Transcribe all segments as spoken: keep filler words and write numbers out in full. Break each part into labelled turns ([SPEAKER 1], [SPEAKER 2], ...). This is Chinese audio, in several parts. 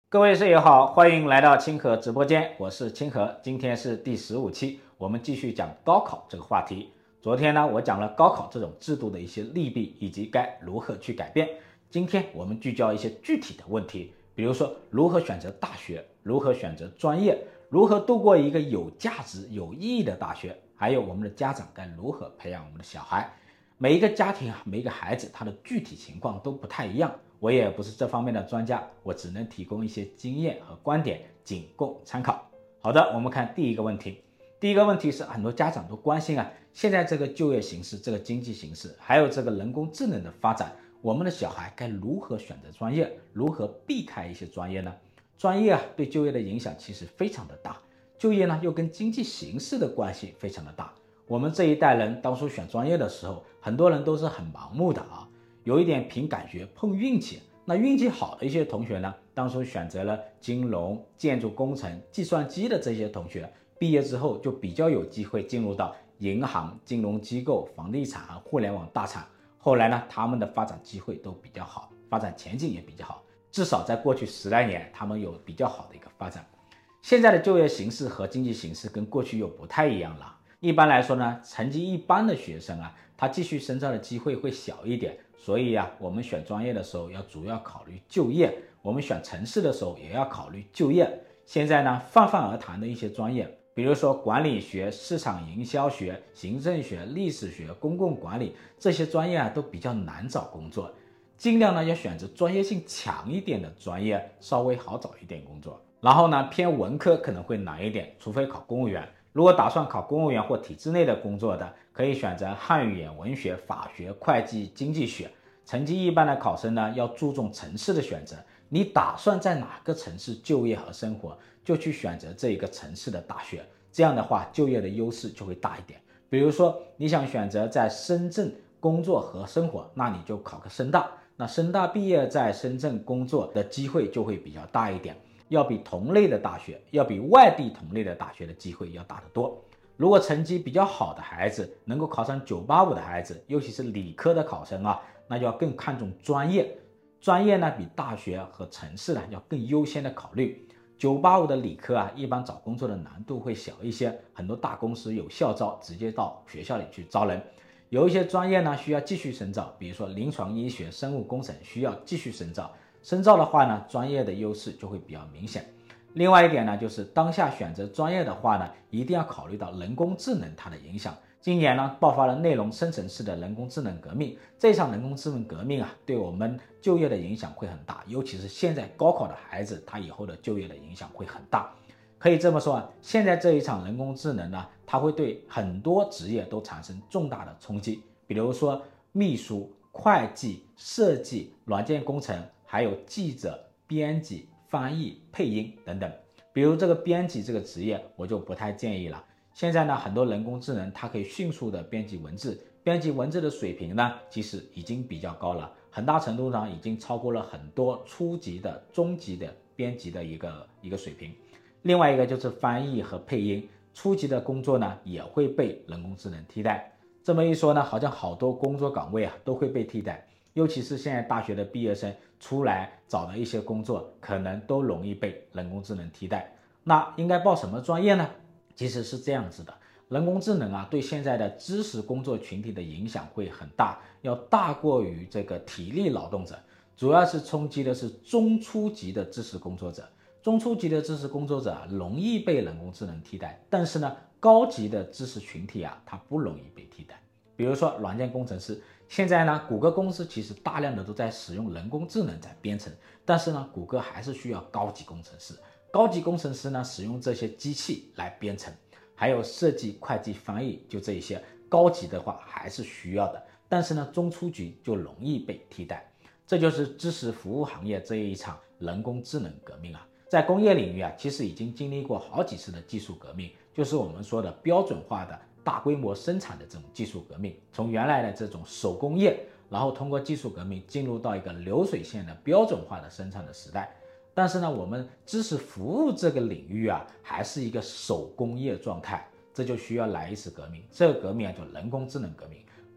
[SPEAKER 1] 各位舍友好，欢迎来到清河直播间，我是清河，今天是第十五期，我们继续讲高考这个话题。昨天呢，我讲了高考这种制度的一些利弊以及该如何去改变。今天我们聚焦一些具体的问题，比如说如何选择大学，如何选择专业，如何度过一个有价值、有意义的大学，还有我们的家长该如何培养我们的小孩。每一个家庭啊，每一个孩子，他的具体情况都不太一样。我也不是这方面的专家，我只能提供一些经验和观点，仅供参考。好的，我们看第一个问题。第一个问题是很多家长都关心啊，现在这个就业形势、这个经济形势，还有这个人工智能的发展，我们的小孩该如何选择专业，如何避开一些专业呢？专业啊，对就业的影响其实非常的大，就业呢又跟经济形势的关系非常的大。我们这一代人当初选专业的时候，很多人都是很盲目的啊。有一点凭感觉碰运气，那运气好的一些同学呢，当初选择了金融、建筑工程、计算机的这些同学，毕业之后就比较有机会进入到银行、金融机构、房地产和互联网大厂。后来呢，他们的发展机会都比较好，发展前景也比较好，至少在过去十来年，他们有比较好的一个发展。现在的就业形势和经济形势跟过去又不太一样了。一般来说呢，成绩一般的学生啊，他继续深造的机会会小一点。所以啊，我们选专业的时候要主要考虑就业，我们选城市的时候也要考虑就业。现在呢，泛泛而谈的一些专业，比如说管理学、市场营销学、行政学、历史学、公共管理这些专业啊，都比较难找工作。尽量呢要选择专业性强一点的专业，稍微好找一点工作。然后呢，偏文科可能会难一点，除非考公务员。如果打算考公务员或体制内的工作的，可以选择汉语言文学、法学、会计、经济学。成绩一般的考生呢，要注重城市的选择。你打算在哪个城市就业和生活，就去选择这一个城市的大学。这样的话，就业的优势就会大一点。比如说，你想选择在深圳工作和生活，那你就考个深大。那深大毕业在深圳工作的机会就会比较大一点。要比同类的大学，要比外地同类的大学的机会要大得多。如果成绩比较好的孩子，能够考上九八五的孩子，尤其是理科的考生啊，那就要更看重专业。专业呢，比大学和城市呢要更优先的考虑。九八五的理科啊，一般找工作的难度会小一些，很多大公司有校招，直接到学校里去招人。有一些专业呢，需要继续深造，比如说临床医学、生物工程，需要继续深造。深造的话呢，专业的优势就会比较明显。另外一点呢，就是当下选择专业的话呢，一定要考虑到人工智能它的影响。今年呢，爆发了内容生成式的人工智能革命，这场人工智能革命啊，对我们就业的影响会很大，尤其是现在高考的孩子，他以后的就业的影响会很大。可以这么说啊，现在这一场人工智能呢，它会对很多职业都产生重大的冲击，比如说秘书、会计、设计、软件工程，还有记者、编辑、翻译、配音等等。比如这个编辑这个职业，我就不太建议了。现在呢，很多人工智能它可以迅速的编辑文字，编辑文字的水平呢，其实已经比较高了，很大程度上已经超过了很多初级的、中级的编辑的一个一个水平。另外一个就是翻译和配音，初级的工作呢也会被人工智能替代。这么一说呢，好像好多工作岗位啊都会被替代，尤其是现在大学的毕业生出来找的一些工作，可能都容易被人工智能替代。那应该报什么专业呢？其实是这样子的，人工智能啊，对现在的知识工作群体的影响会很大，要大过于这个体力劳动者，主要是冲击的是中初级的知识工作者。中初级的知识工作者啊，容易被人工智能替代，但是呢，高级的知识群体啊，它不容易被替代。比如说软件工程师，现在呢，谷歌公司其实大量的都在使用人工智能在编程，但是呢，谷歌还是需要高级工程师。高级工程师呢，使用这些机器来编程，还有设计、会计、翻译，就这一些高级的话还是需要的。但是呢，中初级就容易被替代，这就是知识服务行业这一场人工智能革命啊。在工业领域啊，其实已经经历过好几次的技术革命，就是我们说的标准化的大规模生产的这种技术革命，从原来的这种手工业，然后通过技术革命进入到一个流水线的标准化的生产的时代。但是呢，我们知识服务这个领域啊，还是一个手工业状态，这就需要来一次革命。这个革命啊，叫人工智能革命。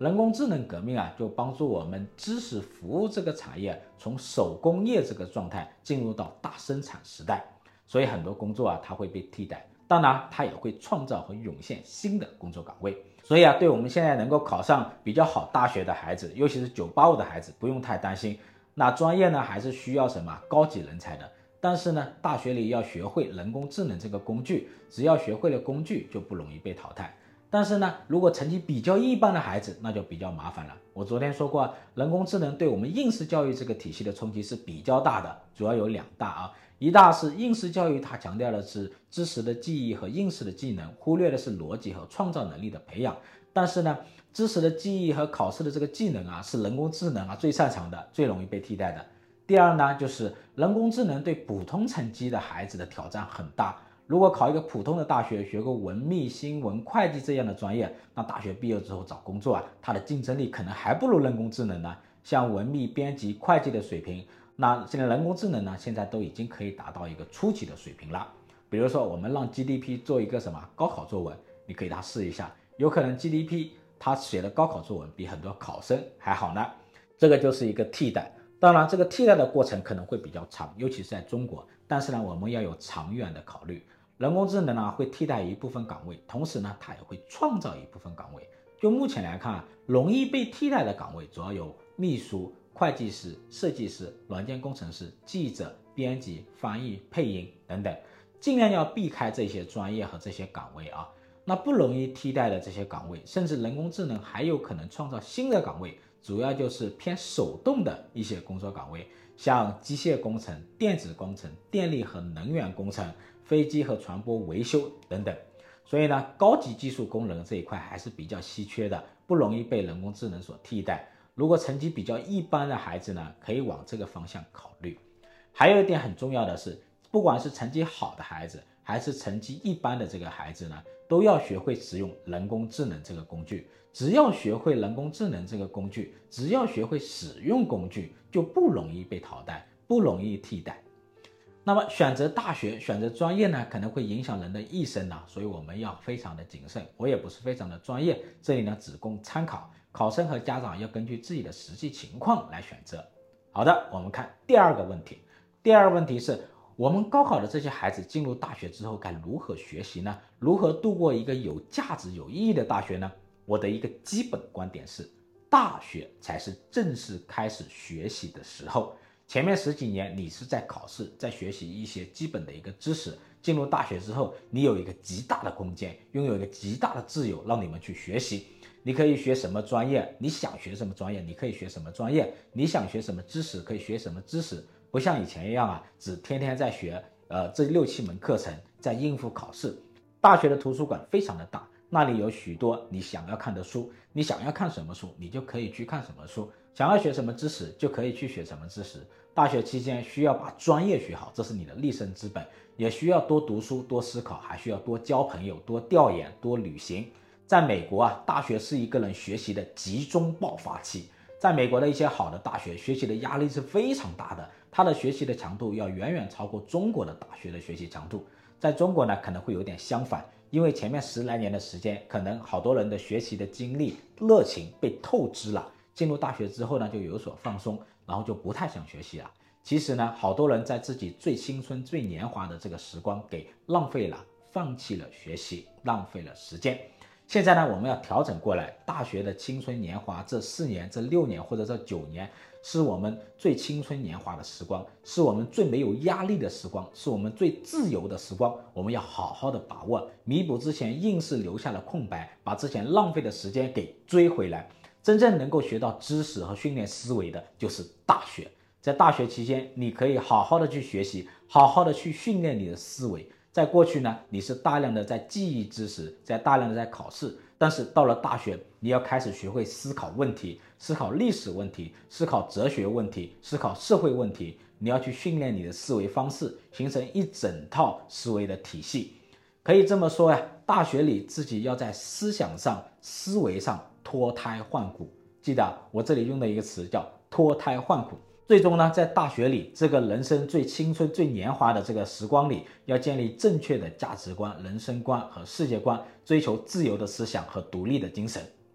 [SPEAKER 1] 人工智能革命啊，就帮助我们知识服务这个产业从手工业这个状态进入到大生产时代，所以很多工作啊，它会被替代。当然，它也会创造和涌现新的工作岗位。所以啊，对我们现在能够考上比较好大学的孩子，尤其是九八五的孩子，不用太担心。那专业呢，还是需要什么高级人才的。但是呢，大学里要学会人工智能这个工具，只要学会了工具，就不容易被淘汰。但是呢，如果成绩比较一般的孩子，那就比较麻烦了。我昨天说过，人工智能对我们应试教育这个体系的冲击是比较大的，主要有两大啊。一大是应试教育，它强调的是知识的记忆和应试的技能，忽略的是逻辑和创造能力的培养。但是呢，知识的记忆和考试的这个技能啊，是人工智能啊最擅长的，最容易被替代的。第二呢，就是人工智能对普通成绩的孩子的挑战很大。如果考一个普通的大学，学过文秘、新闻、会计这样的专业，那大学毕业之后找工作啊，它的竞争力可能还不如人工智能呢。像文秘、编辑、会计的水平，那现在人工智能呢，现在都已经可以达到一个初级的水平了。比如说，我们让 G D P 做一个什么高考作文，你可以他试一下，有可能 G D P 他写的高考作文比很多考生还好呢。这个就是一个替代。当然，这个替代的过程可能会比较长，尤其是在中国。但是呢，我们要有长远的考虑。人工智能呢会替代一部分岗位，同时呢，它也会创造一部分岗位。就目前来看啊，容易被替代的岗位主要有秘书、会计师、设计师、软件工程师、记者、编辑、翻译、配音等等，尽量要避开这些专业和这些岗位啊。那不容易替代的这些岗位，甚至人工智能还有可能创造新的岗位，主要就是偏手动的一些工作岗位，像机械工程、电子工程、电力和能源工程、飞机和船舶维修等等。所以呢，高级技术工人这一块还是比较稀缺的，不容易被人工智能所替代。如果成绩比较一般的孩子呢，可以往这个方向考虑。还有一点很重要的是，不管是成绩好的孩子，还是成绩一般的这个孩子呢，都要学会使用人工智能这个工具。只要学会人工智能这个工具，只要学会使用工具，就不容易被淘汰，不容易替代。那么选择大学、选择专业呢，可能会影响人的一生呢，所以我们要非常的谨慎。我也不是非常的专业，这里呢只供参考，考生和家长要根据自己的实际情况来选择。好的，我们看第二个问题。第二个问题是，我们高考的这些孩子进入大学之后该如何学习呢？如何度过一个有价值、有意义的大学呢？我的一个基本观点是，大学才是正式开始学习的时候。前面十几年你是在考试，在学习一些基本的一个知识，进入大学之后，你有一个极大的空间，拥有一个极大的自由，让你们去学习。你可以学什么专业，你想学什么专业，你可以学什么专业，你想学什么知识，可以学什么知识，不像以前一样啊，只天天在学呃这六七门课程，在应付考试。大学的图书馆非常的大，那里有许多你想要看的书，你想要看什么书，你就可以去看什么书，想要学什么知识，就可以去学什么知识。大学期间需要把专业学好，这是你的立身之本，也需要多读书、多思考，还需要多交朋友、多调研、多旅行。在美国啊，大学是一个人学习的集中爆发期。在美国的一些好的大学，学习的压力是非常大的，它的学习的强度要远远超过中国的大学的学习强度。在中国呢，可能会有点相反，因为前面十来年的时间，可能好多人的学习的精力、热情被透支了。进入大学之后呢，就有所放松，然后就不太想学习了。其实呢，好多人在自己最青春、最年华的这个时光给浪费了，放弃了学习，浪费了时间。现在呢，我们要调整过来，大学的青春年华这四年、这六年或者这九年，是我们最青春年华的时光，是我们最没有压力的时光，是我们最自由的时光。我们要好好的把握，弥补之前硬是留下的空白，把之前浪费的时间给追回来。真正能够学到知识和训练思维的就是大学。在大学期间，你可以好好的去学习，好好的去训练你的思维。在过去呢，你是大量的在记忆知识，在大量的在考试，但是到了大学，你要开始学会思考问题，思考历史问题，思考哲学问题，思考社会问题。你要去训练你的思维方式，形成一整套思维的体系。可以这么说呀，大学里自己要在思想上、思维上脱胎换骨。记得我这里用的一个词叫脱胎换骨。最终呢，在大学里这个人生最青春、最年华的这个时光里，要建立正确的价值观、人生观和世界观，追求自由的思想和独立的精神。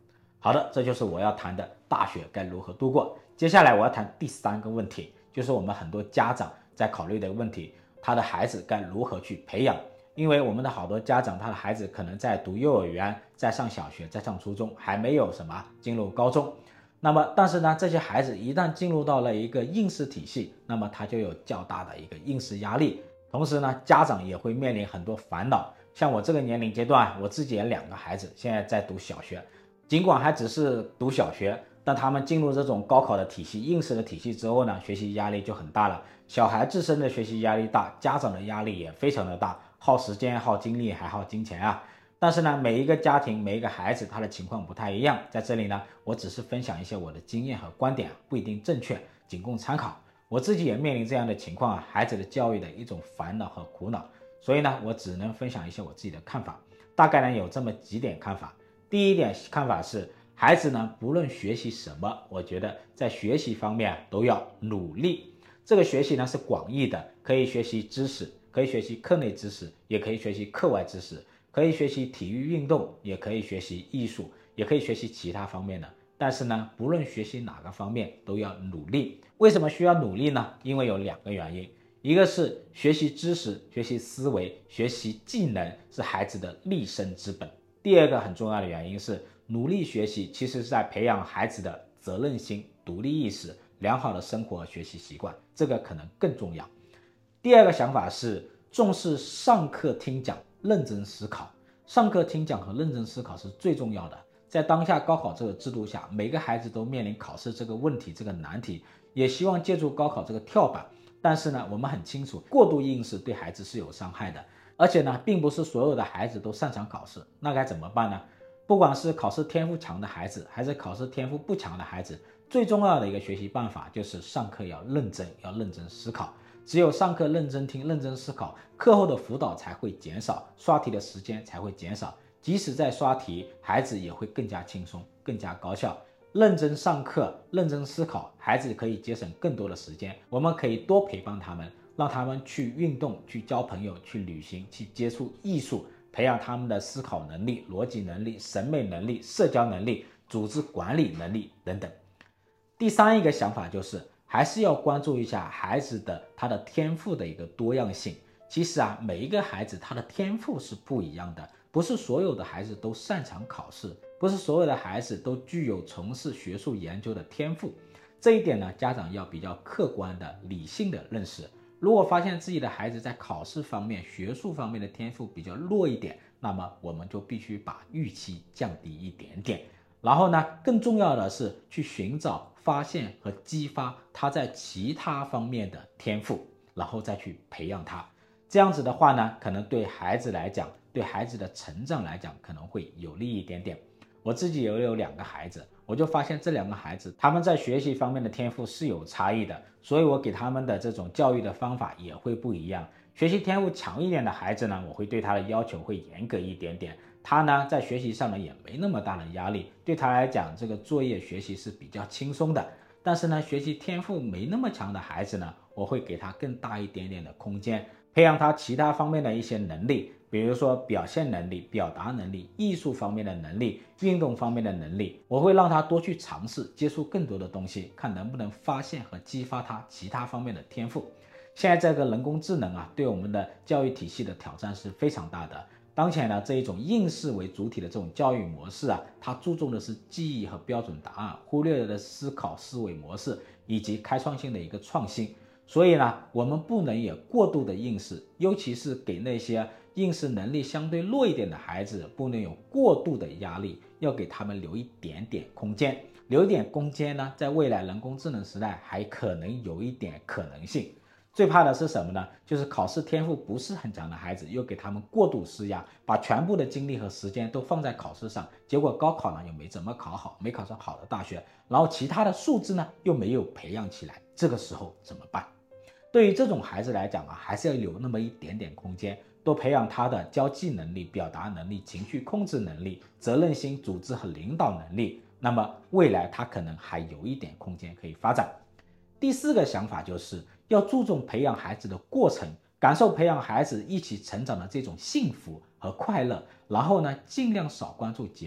[SPEAKER 1] 好的，这就是我要谈的大学该如何度过。接下来我要谈第三个问题，就是我们很多家长在考虑的问题，他的孩子该如何去培养。因为我们的好多家长，他的孩子可能在读幼儿园，在上小学，在上初中，还没有什么进入高中。那么但是呢，这些孩子一旦进入到了一个应试体系，那么他就有较大的一个应试压力，同时呢，家长也会面临很多烦恼。像我这个年龄阶段，我自己也两个孩子现在在读小学，尽管还只是读小学，但他们进入这种高考的体系、应试的体系之后呢，学习压力就很大了。小孩自身的学习压力大，家长的压力也非常的大，耗时间、耗精力还耗金钱啊。但是呢，每一个家庭、每一个孩子他的情况不太一样，在这里呢，我只是分享一些我的经验和观点，不一定正确，仅供参考。我自己也面临这样的情况啊，孩子的教育的一种烦恼和苦恼，所以呢，我只能分享一些我自己的看法，大概呢有这么几点看法。第一点看法是，孩子呢不论学习什么，我觉得在学习方面都要努力。这个学习呢是广义的，可以学习知识，可以学习课内知识，也可以学习课外知识，可以学习体育运动，也可以学习艺术，也可以学习其他方面的。但是呢，不论学习哪个方面都要努力。为什么需要努力呢？因为有两个原因，一个是学习知识、学习思维、学习技能是孩子的立身之本。第二个很重要的原因是，努力学习其实是在培养孩子的责任心、独立意识、良好的生活和学习习惯，这个可能更重要。第二个想法是重视上课听讲，认真思考。上课听讲和认真思考是最重要的。在当下高考这个制度下，每个孩子都面临考试这个问题、这个难题，也希望借助高考这个跳板。但是呢，我们很清楚，过度应试对孩子是有伤害的，而且呢，并不是所有的孩子都擅长考试。那该怎么办呢？不管是考试天赋强的孩子，还是考试天赋不强的孩子，最重要的一个学习办法就是上课要认真，要认真思考。只有上课认真听、认真思考，课后的辅导才会减少，刷题的时间才会减少。即使在刷题，孩子也会更加轻松、更加高效。认真上课、认真思考，孩子可以节省更多的时间。我们可以多陪伴他们，让他们去运动、去交朋友、去旅行、去接触艺术，培养他们的思考能力、逻辑能力、审美能力、社交能力、组织管理能力等等。第三一个想法就是，还是要关注一下孩子的他的天赋的一个多样性。其实啊，每一个孩子他的天赋是不一样的，不是所有的孩子都擅长考试，不是所有的孩子都具有从事学术研究的天赋。这一点呢，家长要比较客观的、理性的认识。如果发现自己的孩子在考试方面、学术方面的天赋比较弱一点，那么我们就必须把预期降低一点点。然后呢，更重要的是去寻找、发现和激发他在其他方面的天赋，然后再去培养他。这样子的话呢，可能对孩子来讲，对孩子的成长来讲，可能会有利一点点。我自己也有两个孩子，我就发现这两个孩子他们在学习方面的天赋是有差异的，所以我给他们的这种教育的方法也会不一样。学习天赋强一点的孩子呢，我会对他的要求会严格一点点，他呢在学习上呢也没那么大的压力，对他来讲这个作业学习是比较轻松的。但是呢，学习天赋没那么强的孩子呢，我会给他更大一点点的空间，培养他其他方面的一些能力，比如说表现能力、表达能力、艺术方面的能力、运动方面的能力，我会让他多去尝试，接触更多的东西，看能不能发现和激发他其他方面的天赋。现在这个人工智能啊，对我们的教育体系的挑战是非常大的。当前呢，这一种应试为主体的这种教育模式啊，它注重的是记忆和标准答案，忽略了的思考思维模式以及开创性的一个创新。所以呢，我们不能也过度的应试，尤其是给那些应试能力相对弱一点的孩子，不能有过度的压力，要给他们留一点点空间。留一点空间呢，在未来人工智能时代还可能有一点可能性。最怕的是什么呢？就是考试天赋不是很强的孩子，又给他们过度施压，把全部的精力和时间都放在考试上，结果高考呢又没怎么考好，没考上好的大学，然后其他的素质呢又没有培养起来，这个时候怎么办？对于这种孩子来讲啊，还是要留那么一点点空间，多培养他的交际能力、表达能力、情绪控制能力、责任心、组织和领导能力，那么未来他可能还有一点空间可以发展。第四个想法就是要注重培养孩子的过程，感受培养孩子一起成长的这种幸福和快乐，然后呢，尽量少关注结果，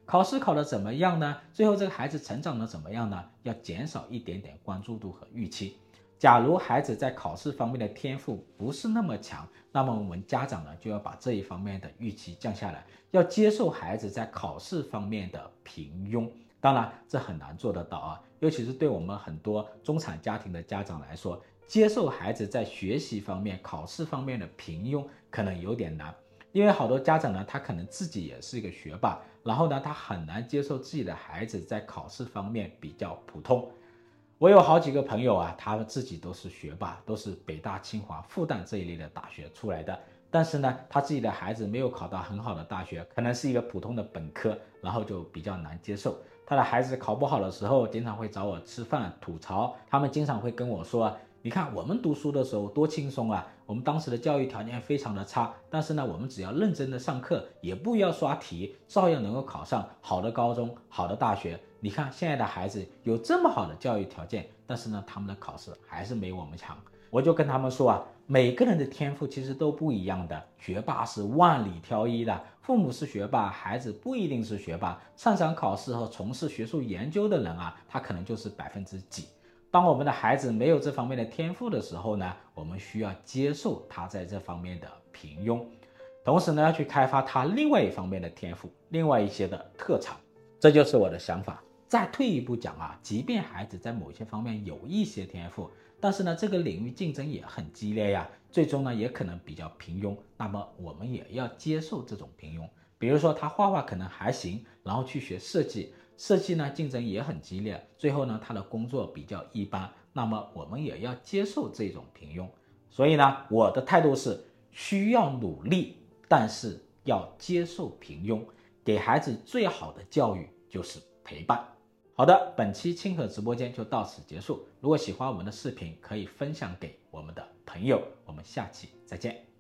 [SPEAKER 1] 考试考得怎么样呢？最后这个孩子成长得怎么样呢？要减少一点点关注度和预期。假如孩子在考试方面的天赋不是那么强，那么我们家长呢就要把这一方面的预期降下来，要接受孩子在考试方面的平庸。当然这很难做得到啊，尤其是对我们很多中产家庭的家长来说，接受孩子在学习方面、考试方面的平庸可能有点难。因为好多家长呢，他可能自己也是一个学霸，然后呢他很难接受自己的孩子在考试方面比较普通。我有好几个朋友啊，他们自己都是学霸，都是北大、清华、复旦这一类的大学出来的，但是呢他自己的孩子没有考到很好的大学，可能是一个普通的本科，然后就比较难接受。他的孩子考不好的时候，经常会找我吃饭吐槽，他们经常会跟我说，你看我们读书的时候多轻松啊，我们当时的教育条件非常的差，但是呢我们只要认真的上课，也不要刷题，照样能够考上好的高中、好的大学。你看现在的孩子有这么好的教育条件，但是呢他们的考试还是没我们强。我就跟他们说啊，每个人的天赋其实都不一样的，学霸是万里挑一的，父母是学霸，孩子不一定是学霸，擅长考试和从事学术研究的人啊，他可能就是百分之几。当我们的孩子没有这方面的天赋的时候呢，我们需要接受他在这方面的平庸，同时呢要去开发他另外一方面的天赋，另外一些的特长。这就是我的想法。再退一步讲啊，即便孩子在某些方面有一些天赋，但是呢这个领域竞争也很激烈呀，最终呢也可能比较平庸，那么我们也要接受这种平庸。比如说他画画可能还行，然后去学设计，设计呢竞争也很激烈，最后呢他的工作比较一般，那么我们也要接受这种平庸。所以呢我的态度是需要努力，但是要接受平庸，给孩子最好的教育就是陪伴。好的，本期清河直播间就到此结束。如果喜欢我们的视频，可以分享给我们的朋友。我们下期再见。